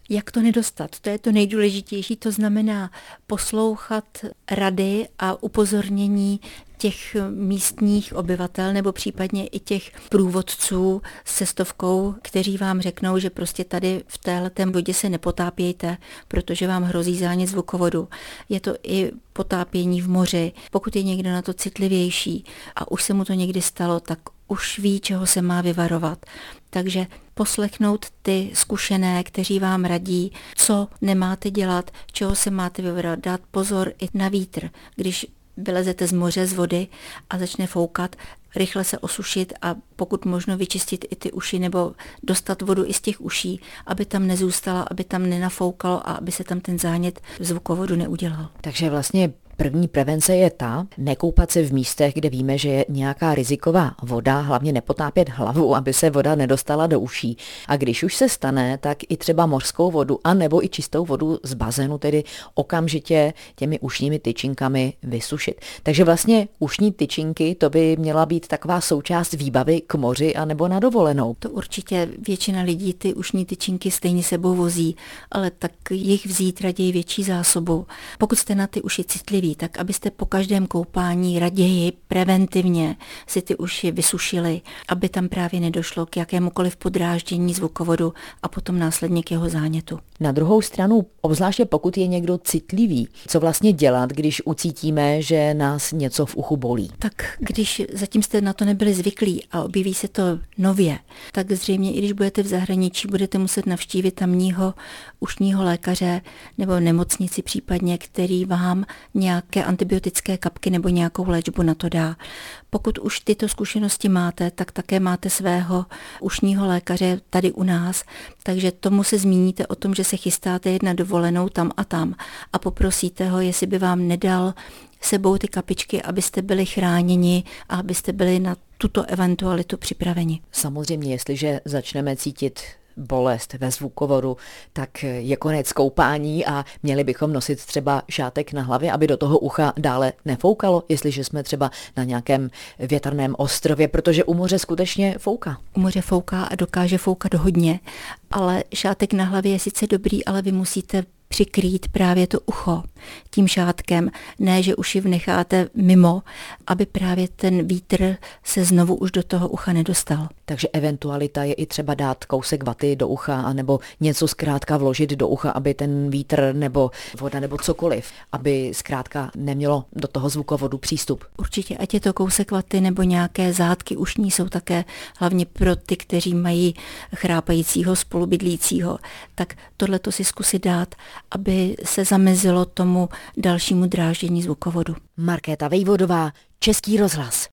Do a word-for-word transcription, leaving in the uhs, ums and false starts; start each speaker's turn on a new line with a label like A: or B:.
A: Jak to nedostat? To je to nejdůležitější, to znamená poslouchat rady a upozornění těch místních obyvatel nebo případně i těch průvodců s cestovkou, kteří vám řeknou, že prostě tady v téhleté vodě se nepotápějte, protože vám hrozí zánět zvukovodu. Je to i potápění v moři. Pokud je někdo na to citlivější a už se mu to někdy stalo, tak už ví, čeho se má vyvarovat. Takže poslechnout ty zkušené, kteří vám radí, co nemáte dělat, čeho se máte vyvarovat, dát pozor i na vítr. Když vylezete z moře, z vody a začne foukat, rychle se osušit a pokud možno vyčistit i ty uši nebo dostat vodu i z těch uší, aby tam nezůstala, aby tam nenafoukalo a aby se tam ten zánět zvukovodu neudělal.
B: Takže vlastně první prevence je ta, nekoupat se v místech, kde víme, že je nějaká riziková voda, hlavně nepotápět hlavu, aby se voda nedostala do uší. A když už se stane, tak i třeba mořskou vodu, a nebo i čistou vodu z bazénu, tedy okamžitě těmi ušními tyčinkami vysušit. Takže vlastně ušní tyčinky, to by měla být taková součást výbavy k moři a nebo na dovolenou.
A: To určitě většina lidí ty ušní tyčinky stejně sebou vozí, ale tak jich vzít raději větší zásobu. Pokud jste na ty uši citliví, tak abyste po každém koupání raději preventivně si ty uši vysušili, aby tam právě nedošlo k jakémukoliv podráždění zvukovodu a potom následně k jeho zánětu.
B: Na druhou stranu, obzvláště pokud je někdo citlivý, co vlastně dělat, když ucítíme, že nás něco v uchu bolí?
A: Tak když zatím jste na to nebyli zvyklí a objeví se to nově, tak zřejmě i když budete v zahraničí, budete muset navštívit tamního ušního lékaře nebo nemocnici případně, který vám nějaké antibiotické kapky nebo nějakou léčbu na to dá. Pokud už tyto zkušenosti máte, tak také máte svého ušního lékaře tady u nás, takže tomu se zmíníte o tom, že se chystáte jet na dovolenou tam a tam a poprosíte ho, jestli by vám nedal sebou ty kapičky, abyste byli chráněni a abyste byli na tuto eventualitu připraveni.
B: Samozřejmě, jestliže začneme cítit bolest ve zvukovodu, tak je konec koupání a měli bychom nosit třeba šátek na hlavě, aby do toho ucha dále nefoukalo, jestliže jsme třeba na nějakém větrném ostrově, protože u moře skutečně fouká.
A: U moře fouká a dokáže foukat hodně, ale šátek na hlavě je sice dobrý, ale vy musíte přikrýt právě to ucho tím šátkem, ne, že uši necháte mimo, aby právě ten vítr se znovu už do toho ucha nedostal.
B: Takže eventualita je i třeba dát kousek vaty do ucha, anebo něco zkrátka vložit do ucha, aby ten vítr nebo voda nebo cokoliv, aby zkrátka nemělo do toho zvukovodu přístup.
A: Určitě, ať je to kousek vaty nebo nějaké zátky ušní, jsou také hlavně pro ty, kteří mají chrápajícího spolubydlícího, tak tohleto si zkusit dát, aby se zamezilo tomu dalšímu dráždění zvukovodu.
B: Markéta Vejvodová, Český rozhlas.